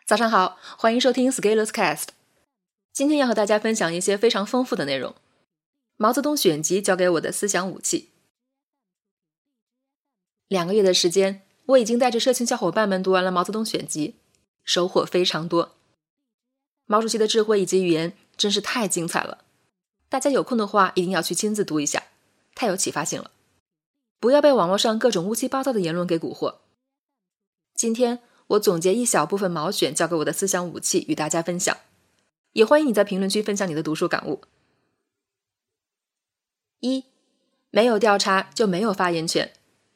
早上好，欢迎收听 Scalers Cast。 今天要和大家分享一些非常丰富的内容。毛泽东选集教给我的思想武器。2个月的时间，我已经带着社群小伙伴们读完了毛泽东选集，收获非常多。毛主席的智慧以及语言真是太精彩了，大家有空的话一定要去亲自读一下，太有启发性了。不要被网络上各种乌七八糟的言论给蛊惑。今天我总结一小部分毛选教给我的思想武器与大家分享，也欢迎你在评论区分享你的读书感悟。1. 没有调查就没有发言权。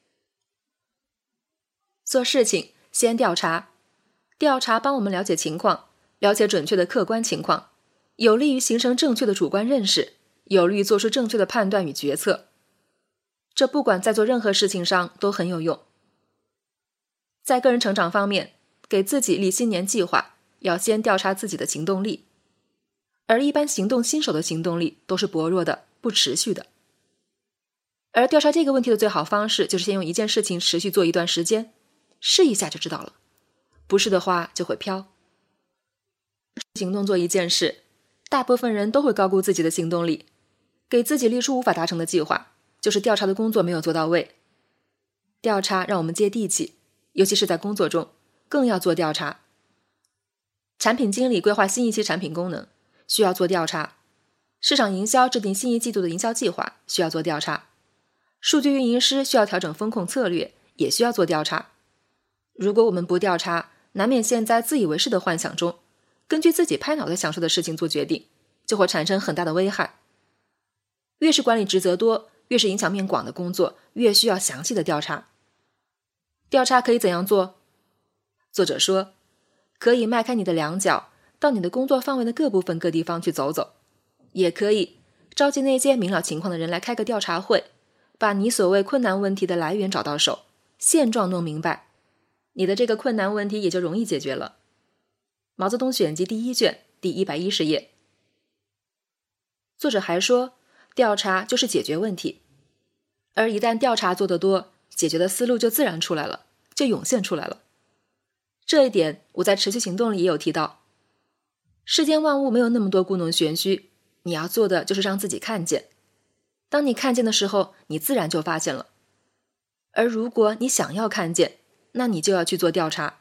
做事情先调查，调查帮我们了解情况，了解准确的客观情况，有利于形成正确的主观认识，有利于做出正确的判断与决策。这不管在做任何事情上都很有用。在个人成长方面，给自己立新年计划，要先调查自己的行动力，而一般行动新手的行动力都是薄弱的，不持续的。而调查这个问题的最好方式就是先用一件事情持续做一段时间，试一下就知道了，不是的话就会飘。行动做一件事，大部分人都会高估自己的行动力，给自己立出无法达成的计划，就是调查的工作没有做到位。调查让我们接地气，尤其是在工作中更要做调查。产品经理规划新一期产品功能，需要做调查。市场营销制定新一季度的营销计划，需要做调查。数据运营师需要调整风控策略，也需要做调查。如果我们不调查，难免陷在自以为是的幻想中，根据自己拍脑袋想说的事情做决定，就会产生很大的危害。越是管理职责多，越是影响面广的工作，越需要详细的调查。调查可以怎样做？作者说，可以迈开你的两脚，到你的工作范围的各部分各地方去走走，也可以召集那些明了情况的人来开个调查会，把你所谓困难问题的来源找到手，现状弄明白，你的这个困难问题也就容易解决了。毛泽东选集第1卷第110页。作者还说，调查就是解决问题，而一旦调查做得多，解决的思路就自然出来了，就涌现出来了。这一点我在持续行动里也有提到。世间万物没有那么多故弄玄虚，你要做的就是让自己看见。当你看见的时候，你自然就发现了。而如果你想要看见，那你就要去做调查。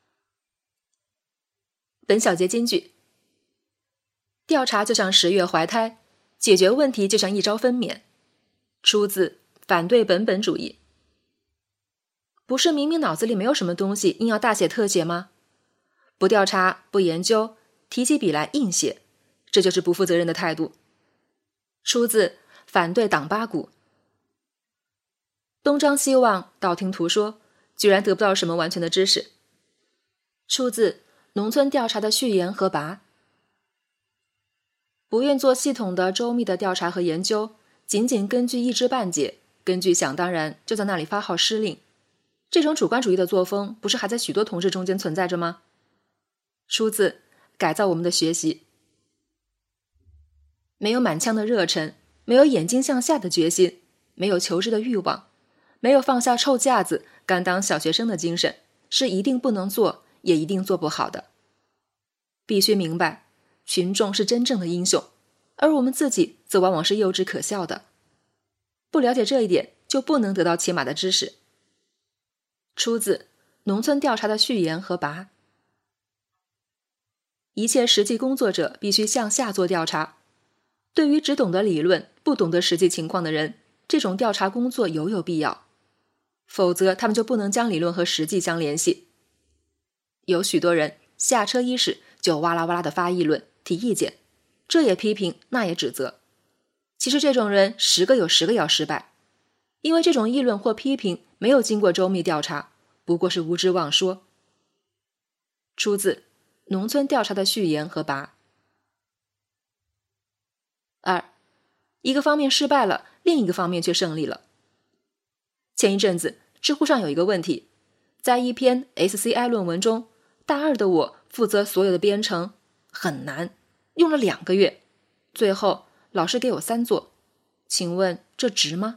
本小节金句：调查就像10月怀胎，解决问题就像1朝分娩。出自反对本本主义。不是明明脑子里没有什么东西，硬要大写特写吗？不调查，不研究，提起笔来硬写，这就是不负责任的态度。出自反对党八股。东张西望，道听途说，居然得不到什么完全的知识。出自农村调查的序言和拔。不愿做系统的周密的调查和研究，仅仅根据一知半解，根据想当然就在那里发号施令，这种主观主义的作风不是还在许多同志中间存在着吗？出自改造我们的学习。没有满腔的热忱，没有眼睛向下的决心，没有求知的欲望，没有放下臭架子敢当小学生的精神，是一定不能做，也一定做不好的。必须明白，群众是真正的英雄，而我们自己则往往是幼稚可笑的。不了解这一点，就不能得到起码的知识。出自农村调查的序言和拔。一切实际工作者必须向下做调查。对于只懂得理论，不懂得实际情况的人，这种调查工作有必要，否则他们就不能将理论和实际相联系。有许多人下车伊始就哇啦哇啦的发议论，提意见，这也批评，那也指责。其实这种人10个有10个要失败，因为这种议论或批评没有经过周密调查，不过是无知妄说。出自农村调查的序言和拔。2. 一个方面失败了，另一个方面却胜利了。前一阵子知乎上有一个问题，在一篇 SCI 论文中，大2的我负责所有的编程，很难，用了2个月，最后老师给我3座，请问这值吗？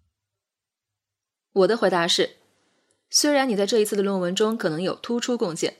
我的回答是，虽然你在这一次的论文中可能有突出贡献，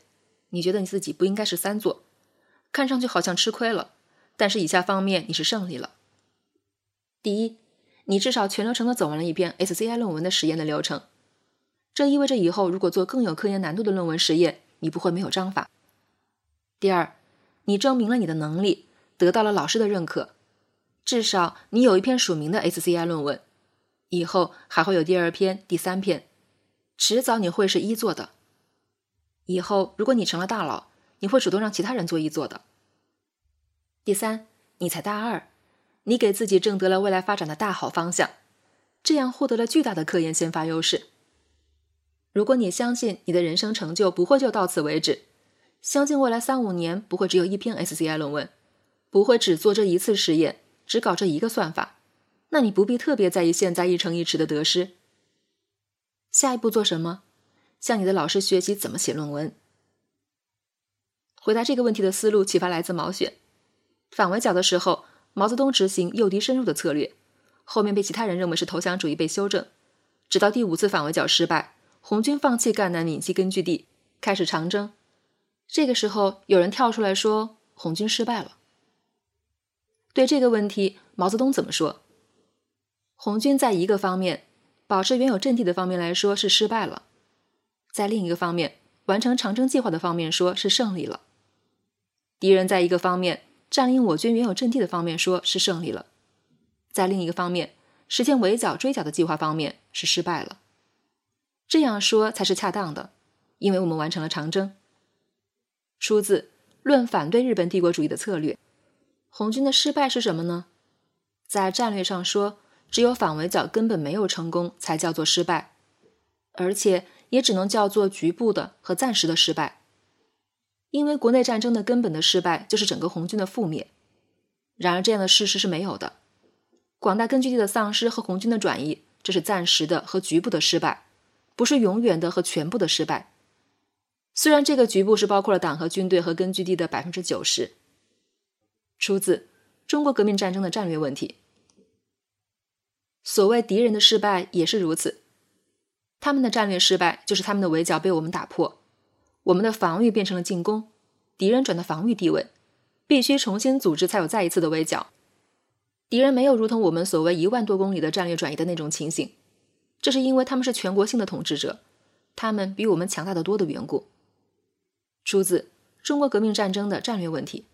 你觉得你自己不应该是3座，看上去好像吃亏了，但是以下方面你是胜利了。第一，你至少全流程的走完了一遍 SCI 论文的实验的流程，这意味着以后如果做更有科研难度的论文实验，你不会没有章法。第二，你证明了你的能力，得到了老师的认可，至少你有一篇署名的 SCI 论文，以后还会有第2篇、第3篇，迟早你会是1座的。以后如果你成了大佬，你会主动让其他人做1座的。第三，你才大2，你给自己挣得了未来发展的大好方向，这样获得了巨大的科研先发优势。如果你相信你的人生成就不会就到此为止，相信未来3-5年不会只有1篇 SCI 论文，不会只做这1次实验，只搞这1个算法，那你不必特别在意现在1城1池的得失。下一步做什么？向你的老师学习怎么写论文。回答这个问题的思路启发来自毛选。反围剿的时候，毛泽东执行诱敌深入的策略，后面被其他人认为是投降主义被修正，直到第5次反围剿失败，红军放弃赣南闽西根据地，开始长征。这个时候有人跳出来说红军失败了。对这个问题，毛泽东怎么说？红军在一个方面，保持原有阵地的方面来说是失败了，在另一个方面，完成长征计划的方面说是胜利了。敌人在一个方面，占领我军原有阵地的方面说是胜利了，在另一个方面，实现围剿追剿的计划方面是失败了。这样说才是恰当的，因为我们完成了长征。出自《论反对日本帝国主义的策略》。红军的失败是什么呢？在战略上说，只有反围剿根本没有成功才叫做失败，而且也只能叫做局部的和暂时的失败。因为国内战争的根本的失败就是整个红军的覆灭。然而这样的事实是没有的。广大根据地的丧失和红军的转移，这是暂时的和局部的失败，不是永远的和全部的失败。虽然这个局部是包括了党和军队和根据地的 90%。出自《中国革命战争的战略问题》。所谓敌人的失败也是如此，他们的战略失败就是他们的围剿被我们打破，我们的防御变成了进攻，敌人转到防御地位，必须重新组织才有再一次的围剿。敌人没有如同我们所谓1万多公里的战略转移的那种情形，这是因为他们是全国性的统治者，他们比我们强大得多的缘故。出自《中国革命战争的战略问题》。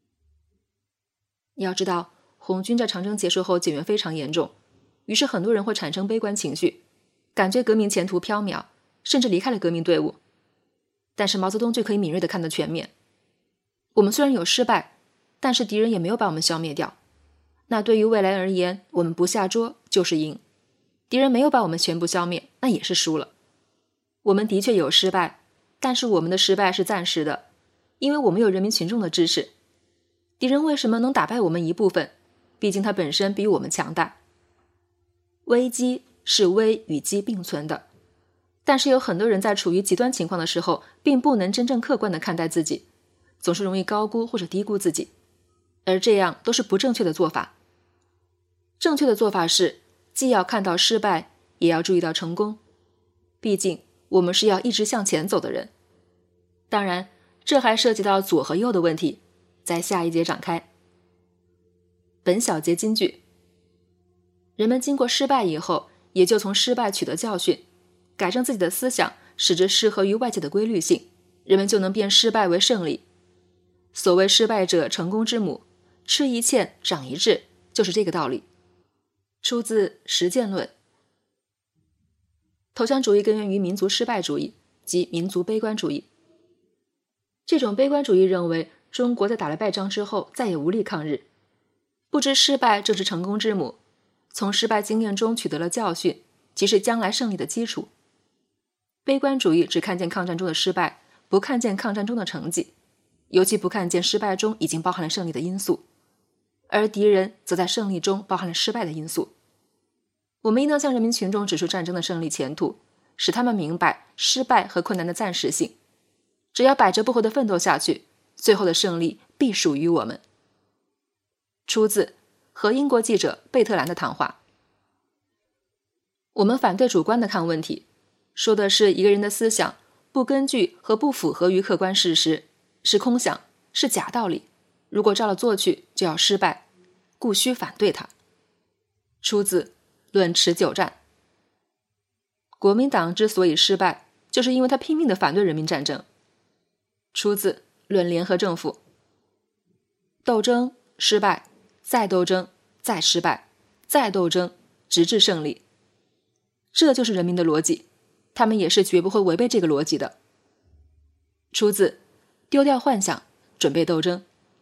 要知道，红军在长征结束后减员非常严重，于是很多人会产生悲观情绪，感觉革命前途缥缈，甚至离开了革命队伍。但是毛泽东就可以敏锐地看得全面。我们虽然有失败，但是敌人也没有把我们消灭掉。那对于未来而言，我们不下桌就是赢。敌人没有把我们全部消灭，那也是输了。我们的确有失败，但是我们的失败是暂时的，因为我们有人民群众的支持。敌人为什么能打败我们一部分？毕竟他本身比我们强大。危机是危与机并存的，但是有很多人在处于极端情况的时候，并不能真正客观地看待自己，总是容易高估或者低估自己，而这样都是不正确的做法。正确的做法是，既要看到失败，也要注意到成功。毕竟我们是要一直向前走的人。当然，这还涉及到左和右的问题，在下一节展开。本小节金句：人们经过失败以后，也就从失败取得教训，改正自己的思想，使之适合于外界的规律性，人们就能变失败为胜利。所谓失败者成功之母，吃一堑长一智，就是这个道理。出自《实践论》。投降主义根源于民族失败主义及民族悲观主义。这种悲观主义认为，中国在打了败仗之后再也无力抗日，不知失败正是成功之母，从失败经验中取得了教训，即是将来胜利的基础。悲观主义只看见抗战中的失败，不看见抗战中的成绩，尤其不看见失败中已经包含了胜利的因素，而敌人则在胜利中包含了失败的因素。我们应当向人民群众指出战争的胜利前途，使他们明白失败和困难的暂时性。只要百折不挠地奋斗下去，最后的胜利必属于我们。出自和英国记者贝特兰的谈话。我们反对主观地看问题，说的是一个人的思想不根据和不符合于客观事实，是空想，是假道理，如果照了做去就要失败，故须反对它。出自《论持久战》。国民党之所以失败，就是因为他拼命地反对人民战争。出自《论联合政府》。斗争失败，再斗争，再失败，再斗争，直至胜利。这就是人民的逻辑，他们也是绝不会违背这个逻辑的。出自《丢掉幻想，准备斗争》。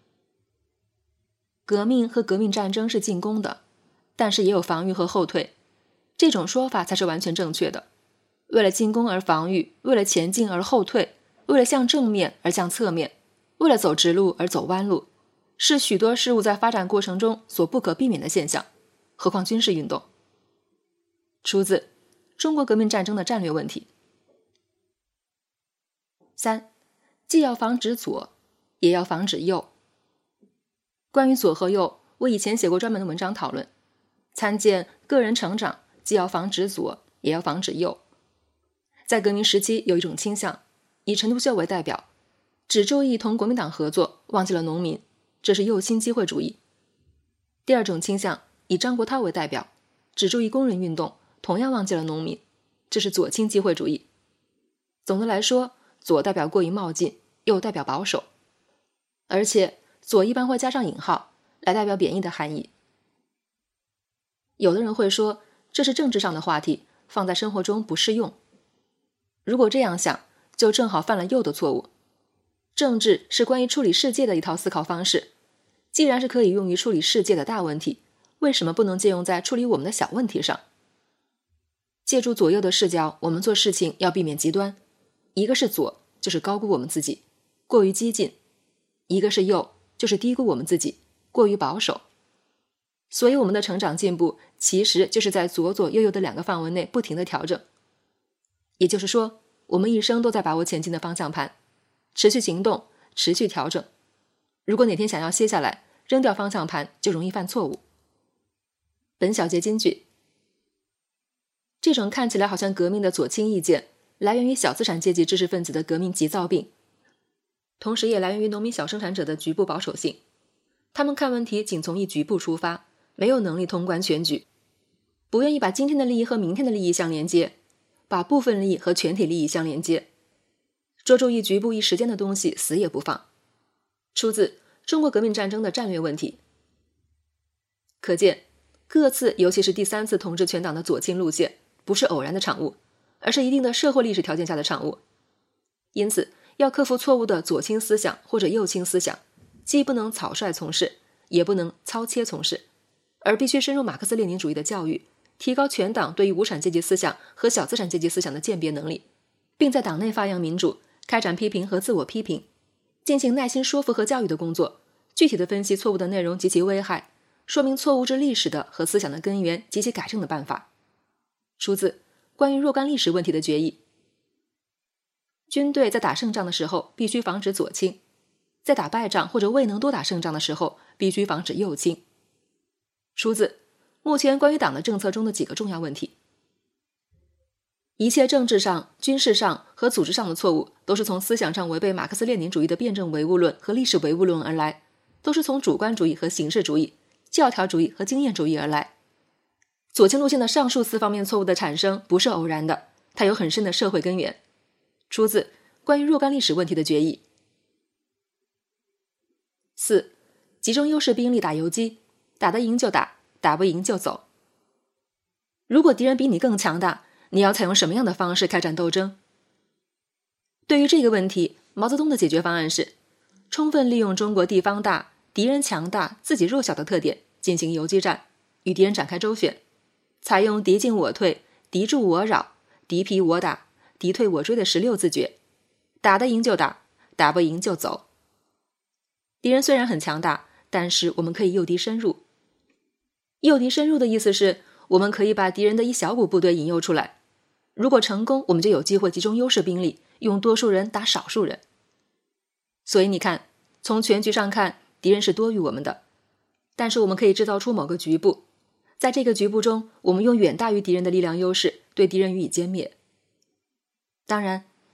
革命和革命战争是进攻的，但是也有防御和后退，这种说法才是完全正确的。为了进攻而防御，为了前进而后退，为了向正面而向侧面，为了走直路而走弯路，是许多事物在发展过程中所不可避免的现象，何况军事运动。出自《中国革命战争的战略问题》。3. 既要防止左，也要防止右。关于左和右，我以前写过专门的文章讨论，参见个人成长，既要防止左，也要防止右。在革命时期有一种倾向，以陈独秀为代表，只注意同国民党合作，忘记了农民，这是右倾机会主义。第二种倾向，以张国焘为代表，只注意工人运动，同样忘记了农民，这是左倾机会主义。总的来说，左代表过于冒进，右代表保守，而且左一般会加上引号，来代表贬义的含义。有的人会说，这是政治上的话题，放在生活中不适用。如果这样想，就正好犯了右的错误。政治是关于处理世界的一套思考方式，既然是可以用于处理世界的大问题，为什么不能借用在处理我们的小问题上？借助左右的视角，我们做事情要避免极端，一个是左，就是高估我们自己，过于激进；一个是右，就是低估我们自己，过于保守。所以我们的成长进步其实就是在左左右右的两个范围内不停地调整。也就是说，我们一生都在把握前进的方向盘，持续行动，持续调整。如果哪天想要歇下来，扔掉方向盘，就容易犯错误。本小节金句：这种看起来好像革命的左倾意见，来源于小资产阶级知识分子的革命急躁病，同时也来源于农民小生产者的局部保守性。他们看问题仅从一局部出发，没有能力通观全局，不愿意把今天的利益和明天的利益相连接，把部分利益和全体利益相连接，捉住一局部一时间的东西死也不放。出自《中国革命战争的战略问题》。可见各次尤其是第3次统治全党的左倾路线不是偶然的产物，而是一定的社会历史条件下的产物。因此要克服错误的左倾思想或者右倾思想，既不能草率从事，也不能操切从事，而必须深入马克思列宁主义的教育，提高全党对于无产阶级思想和小资产阶级思想的鉴别能力，并在党内发扬民主，开展批评和自我批评，进行耐心说服和教育的工作，具体的分析错误的内容及其危害，说明错误之历史的和思想的根源及其改正的办法。出自《关于若干历史问题的决议》。军队在打胜仗的时候必须防止左倾，在打败仗或者未能多打胜仗的时候必须防止右倾。出自目前关于党的政策中的几个重要问题。一切政治上、军事上和组织上的错误，都是从思想上违背马克思列宁主义的辩证唯物论和历史唯物论而来，都是从主观主义和形式主义、教条主义和经验主义而来。左倾路线的上述4方面错误的产生不是偶然的，它有很深的社会根源。出自《关于若干历史问题的决议》。4. 集中优势兵力打游击，打得赢就打，打不赢就走。如果敌人比你更强大，你要采用什么样的方式开展斗争？对于这个问题，毛泽东的解决方案是充分利用中国地方大、敌人强大、自己弱小的特点，进行游击战，与敌人展开周旋，采用敌进我退、敌驻我扰、敌疲我打、敌退我追的16字诀，打得赢就打，打不赢就走。敌人虽然很强大，但是我们可以诱敌深入。诱敌深入的意思是，我们可以把敌人的一小股部队引诱出来，如果成功，我们就有机会集中优势兵力，用多数人打少数人。所以你看，从全局上看，敌人是多于我们的，但是我们可以制造出某个局部，在这个局部中，我们用远大于敌人的力量优势对敌人予以歼灭。当然，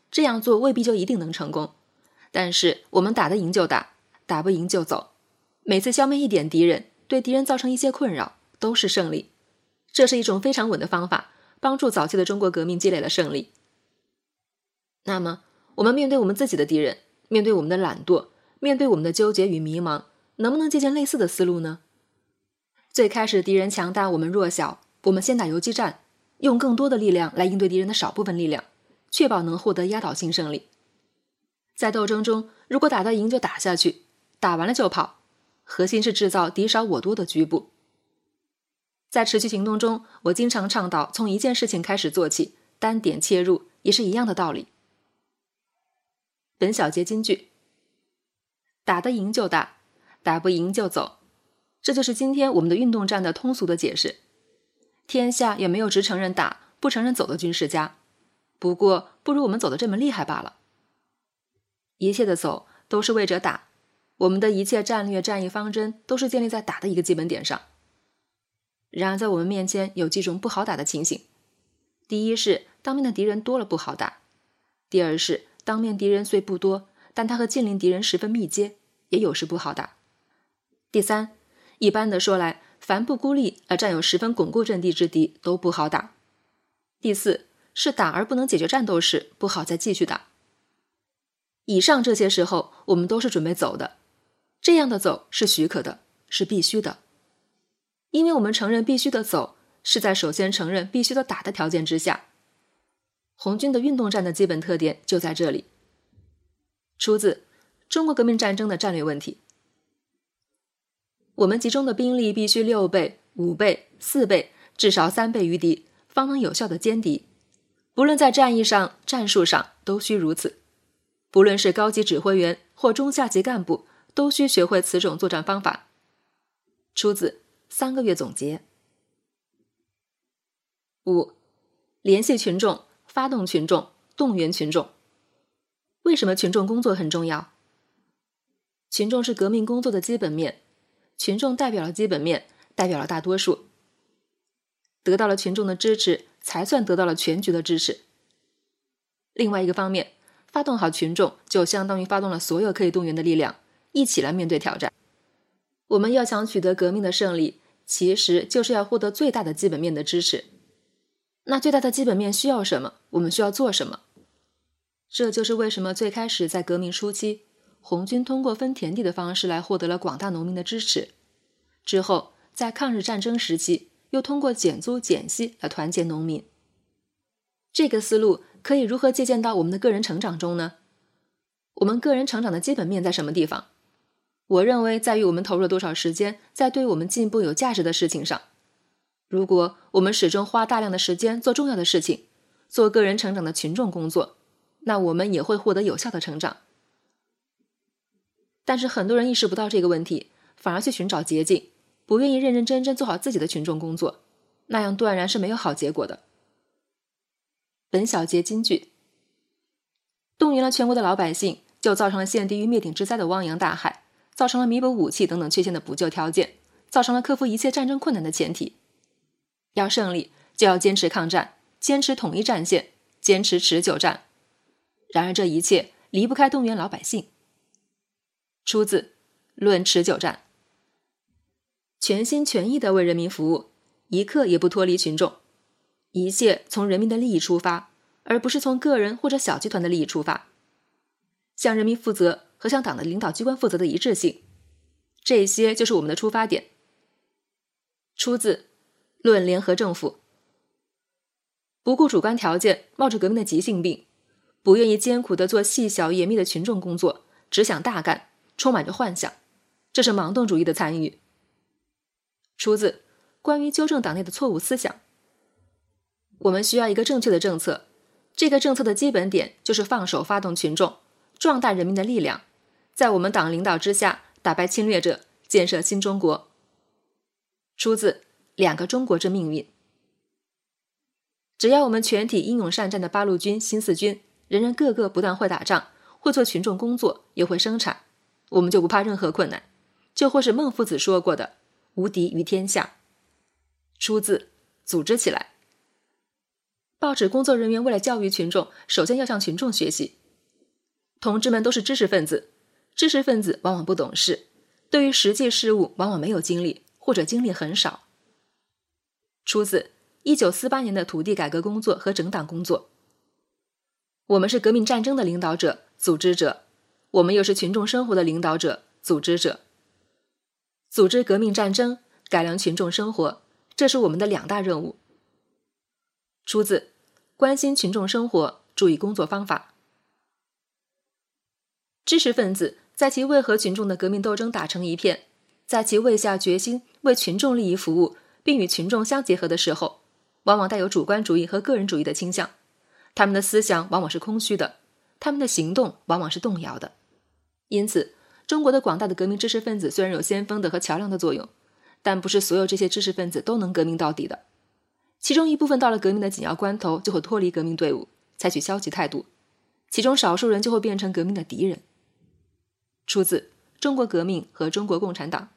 这样做未必就一定能成功。但是我们打得赢就打，打不赢就走。每次消灭一点敌人，对敌人造成一些困扰，都是胜利。这是一种非常稳的方法，帮助早期的中国革命积累了胜利。那么，我们面对我们自己的敌人，面对我们的懒惰，面对我们的纠结与迷茫，能不能借鉴类似的思路呢？最开始敌人强大，我们弱小，我们先打游击战，用更多的力量来应对敌人的少部分力量，确保能获得压倒性胜利。在斗争中，如果打得赢就打下去，打完了就跑，核心是制造敌少我多的局部。在持续行动中，我经常倡导从一件事情开始做起，单点切入，也是一样的道理。本小节金句：打得赢就打，打不赢就走。这就是今天我们的运动战的通俗的解释。天下也没有只承认打不承认走的军事家，不过不如我们走得这么厉害罢了。一切的走都是为着打，我们的一切战略战役方针都是建立在打的一个基本点上。然而在我们面前有几种不好打的情形。第一是当面的敌人多了不好打，第二是当面敌人虽不多，但他和近邻敌人十分密接，也有时不好打。第三，一般的说来，凡不孤立而占有十分巩固阵地之敌都不好打。第四，是打而不能解决战斗时，不好再继续打。以上这些时候，我们都是准备走的，这样的走是许可的，是必须的。因为我们承认必须的走，是在首先承认必须的打的条件之下。红军的运动战的基本特点就在这里。出自《中国革命战争的战略问题》。我们集中的兵力必须6倍、5倍、4倍，至少3倍于敌，方能有效的歼敌。不论在战役上、战术上，都需如此。不论是高级指挥员或中下级干部，都需学会此种作战方法。出自3个月总结。5. 联系群众，发动群众，动员群众。为什么群众工作很重要？群众是革命工作的基本面，群众代表了基本面，代表了大多数。得到了群众的支持，才算得到了全局的支持。另外一个方面，发动好群众，就相当于发动了所有可以动员的力量，一起来面对挑战。我们要想取得革命的胜利，其实就是要获得最大的基本面的支持。那最大的基本面需要什么？我们需要做什么？这就是为什么最开始在革命初期，红军通过分田地的方式来获得了广大农民的支持。之后，在抗日战争时期，又通过减租减息来团结农民。这个思路可以如何借鉴到我们的个人成长中呢？我们个人成长的基本面在什么地方？我认为在于我们投入了多少时间在对我们进步有价值的事情上。如果我们始终花大量的时间做重要的事情，做个人成长的群众工作，那我们也会获得有效的成长。但是很多人意识不到这个问题，反而去寻找捷径，不愿意认认真真做好自己的群众工作，那样断然是没有好结果的。本小节金句：动员了全国的老百姓，就造成了陷地于灭顶之灾的汪洋大海，造成了弥补武器等等缺陷的补救条件，造成了克服一切战争困难的前提。要胜利，就要坚持抗战，坚持统一战线，坚持持久战。然而这一切离不开动员老百姓。出自《论持久战》。全心全意地为人民服务，一刻也不脱离群众，一切从人民的利益出发，而不是从个人或者小集团的利益出发。向人民负责和向党的领导机关负责的一致性，这些就是我们的出发点。出自《论联合政府》。不顾主观条件，冒着革命的急性病，不愿意艰苦地做细小严密的群众工作，只想大干，充满着幻想，这是盲动主义的参与。出自《关于纠正党内的错误思想》。我们需要一个正确的政策，这个政策的基本点就是放手发动群众，壮大人民的力量，在我们党领导之下打败侵略者，建设新中国。出自《两个中国之命运》。只要我们全体英勇善战的八路军、新四军，人人个个不但会打仗，会做群众工作，也会生产，我们就不怕任何困难，就或是孟夫子说过的无敌于天下。出自《组织起来》。 报纸工作人员为了教育群众，首先要向群众学习。同志们都是知识分子，知识分子往往不懂事，对于实际事务往往没有精力，或者精力很少。出自1948年的土地改革工作和整党工作。我们是革命战争的领导者、组织者，我们又是群众生活的领导者、组织者。组织革命战争，改良群众生活，这是我们的2大任务。出自关心群众生活，注意工作方法。知识分子在其为和群众的革命斗争打成一片，在其未下决心为群众利益服务，并与群众相结合的时候，往往带有主观主义和个人主义的倾向。他们的思想往往是空虚的，他们的行动往往是动摇的。因此，中国的广大的革命知识分子虽然有先锋的和桥梁的作用，但不是所有这些知识分子都能革命到底的。其中一部分到了革命的紧要关头就会脱离革命队伍，采取消极态度，其中少数人就会变成革命的敌人。出自《中国革命和中国共产党》。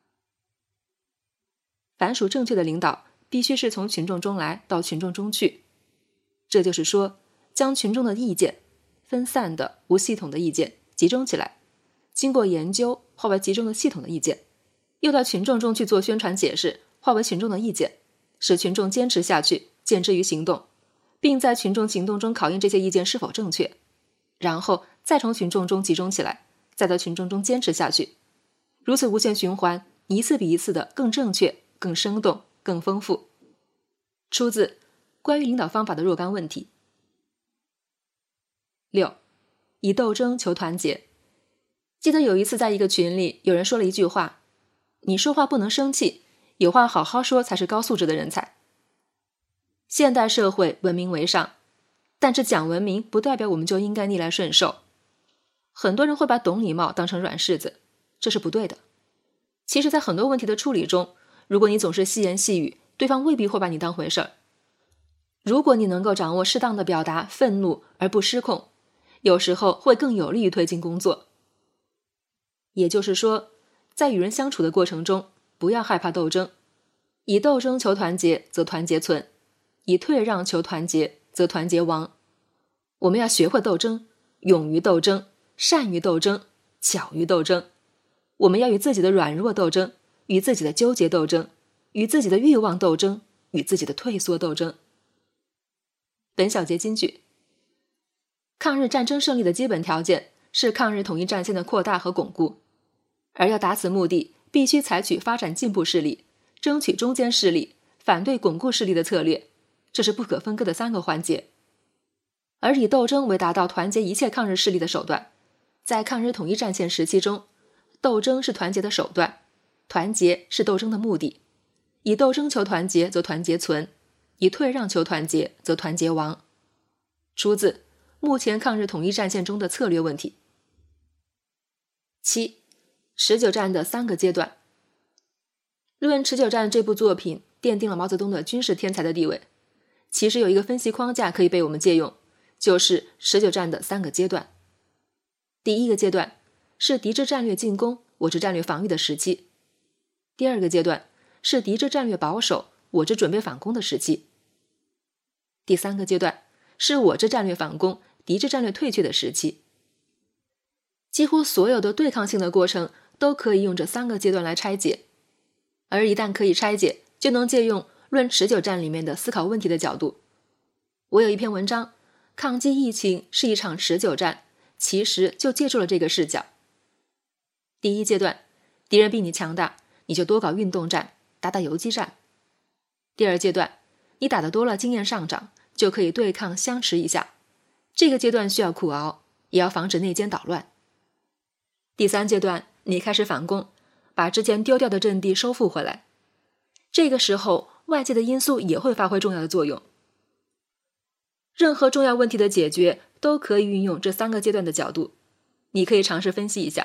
凡属正确的领导，必须是从群众中来到群众中去。这就是说，将群众的意见，分散的无系统的意见集中起来，经过研究化为集中的系统的意见，又到群众中去做宣传解释，化为群众的意见，使群众坚持下去，见之于行动，并在群众行动中考验这些意见是否正确，然后再从群众中集中起来，再到群众中坚持下去，如此无限循环，一次比一次的更正确、更生动、更丰富。出自关于领导方法的若干问题。6. 以斗争求团结。记得有一次在一个群里，有人说了一句话：你说话不能生气，有话好好说才是高素质的人才。现代社会文明为上，但是讲文明不代表我们就应该逆来顺受。很多人会把懂礼貌当成软柿子，这是不对的。其实在很多问题的处理中，如果你总是细言细语，对方未必会把你当回事儿。如果你能够掌握适当的表达愤怒而不失控，有时候会更有利于推进工作。也就是说，在与人相处的过程中，不要害怕斗争。以斗争求团结，则团结存；以退让求团结，则团结亡。我们要学会斗争，勇于斗争，善于斗争，巧于斗争。我们要与自己的软弱斗争，与自己的纠结斗争，与自己的欲望斗争，与自己的退缩斗争。本小节金句：抗日战争胜利的基本条件是抗日统一战线的扩大和巩固，而要达此目的，必须采取发展进步势力、争取中坚势力、反对巩固势力的策略，这是不可分割的3个环节。而以斗争为达到团结一切抗日势力的手段，在抗日统一战线时期中，斗争是团结的手段，团结是斗争的目的。以斗争求团结，则团结存；以退让求团结，则团结亡。出自目前抗日统一战线中的策略问题。7. 持久战的3个阶段。论持久战这部作品奠定了毛泽东的军事天才的地位。其实有一个分析框架可以被我们借用，就是持久战的3个阶段。第1个阶段是敌之战略进攻，我之战略防御的时期。第2个阶段是敌之战略保守，我之准备反攻的时期。第3个阶段是我之战略反攻，敌之战略退却的时期。几乎所有的对抗性的过程都可以用这3个阶段来拆解，而一旦可以拆解，就能借用论持久战里面的思考问题的角度。我有一篇文章，抗击疫情是一场持久战，其实就借助了这个视角。第1阶段，敌人比你强大，你就多搞运动战，打打游击战。第2阶段，你打得多了，经验上涨，就可以对抗相持一下。这个阶段需要苦熬，也要防止内奸捣乱。第3阶段，你开始反攻，把之前丢掉的阵地收复回来。这个时候，外界的因素也会发挥重要的作用。任何重要问题的解决都可以运用这3个阶段的角度，你可以尝试分析一下。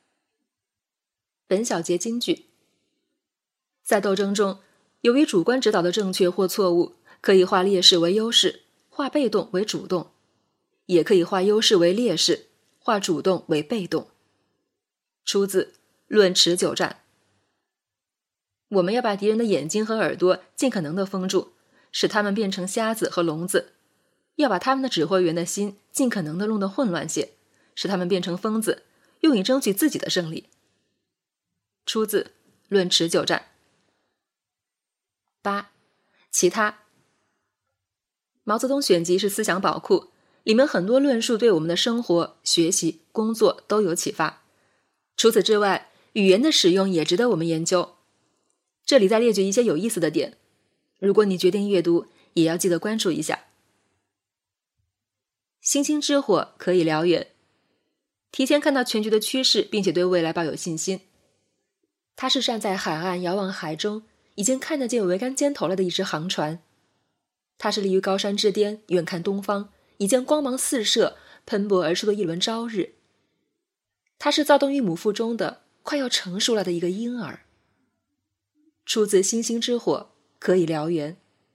本小节金句：在斗争中，由于主观指导的正确或错误，可以化劣势为优势，化被动为主动，也可以化优势为劣势，化主动为被动。出自《论持久战》。我们要把敌人的眼睛和耳朵尽可能的封住， 使他们变成瞎子和聋子，要把他们的指挥员的心尽可能地弄得混乱些，使他们变成疯子，用以争取自己的胜利。出自《论持久战》。8. 其他。毛泽东选集是思想宝库，里面很多论述对我们的生活、学习、工作都有启发。除此之外，语言的使用也值得我们研究。这里再列举一些有意思的点，如果你决定阅读，也要记得关注一下。星星之火可以燎原，提前看到全局的趋势，并且对未来抱有信心。它是站在海岸遥望海中，已经看得见桅杆尖头了的一只航船。它是立于高山之巅，远看东方，已见光芒四射，喷薄而出的一轮朝日。它是躁动于母腹中的快要成熟了的一个婴儿。出自星星之火可以燎原。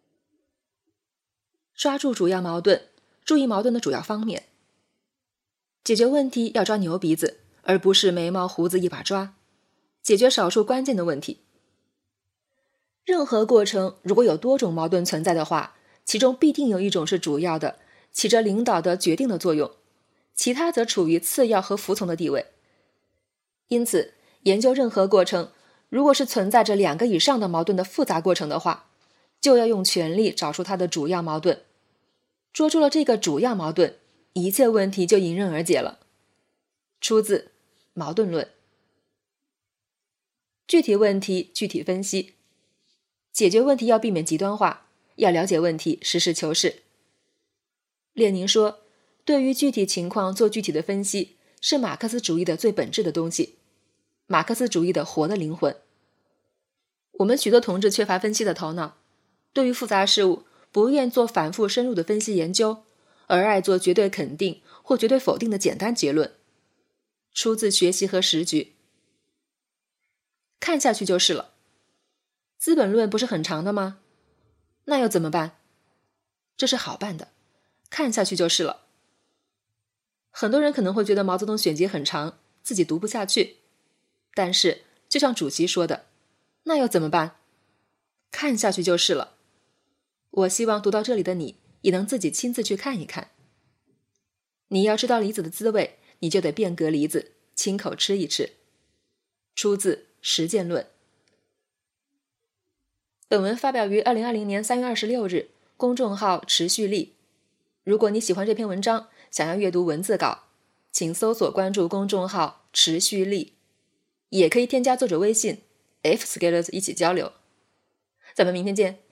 抓住主要矛盾，注意矛盾的主要方面。解决问题要抓牛鼻子，而不是眉毛胡子一把抓，解决少数关键的问题。任何过程如果有多种矛盾存在的话，其中必定有一种是主要的，起着领导的决定的作用，其他则处于次要和服从的地位。因此，研究任何过程，如果是存在着2个以上的矛盾的复杂过程的话，就要用全力找出它的主要矛盾。捉住了这个主要矛盾，一切问题就迎刃而解了。出自《矛盾论》。具体问题具体分析，解决问题要避免极端化，要了解问题，实事求是。列宁说，对于具体情况做具体的分析，是马克思主义的最本质的东西，马克思主义的活的灵魂。我们许多同志缺乏分析的头脑，对于复杂事物不愿做反复深入的分析研究，而爱做绝对肯定或绝对否定的简单结论。出自学习和时局。看下去就是了。资本论不是很长的吗？那又怎么办？这是好办的，看下去就是了。很多人可能会觉得毛泽东选集很长，自己读不下去。但是，就像主席说的，那又怎么办？看下去就是了。我希望读到这里的你，也能自己亲自去看一看。你要知道梨子的滋味，你就得变革梨子，亲口吃一吃。出自《实践论》。本文发表于2020年3月26日，公众号持续力。如果你喜欢这篇文章，想要阅读文字稿，请搜索关注公众号持续力，也可以添加作者微信 fscalers 一起交流。咱们明天见。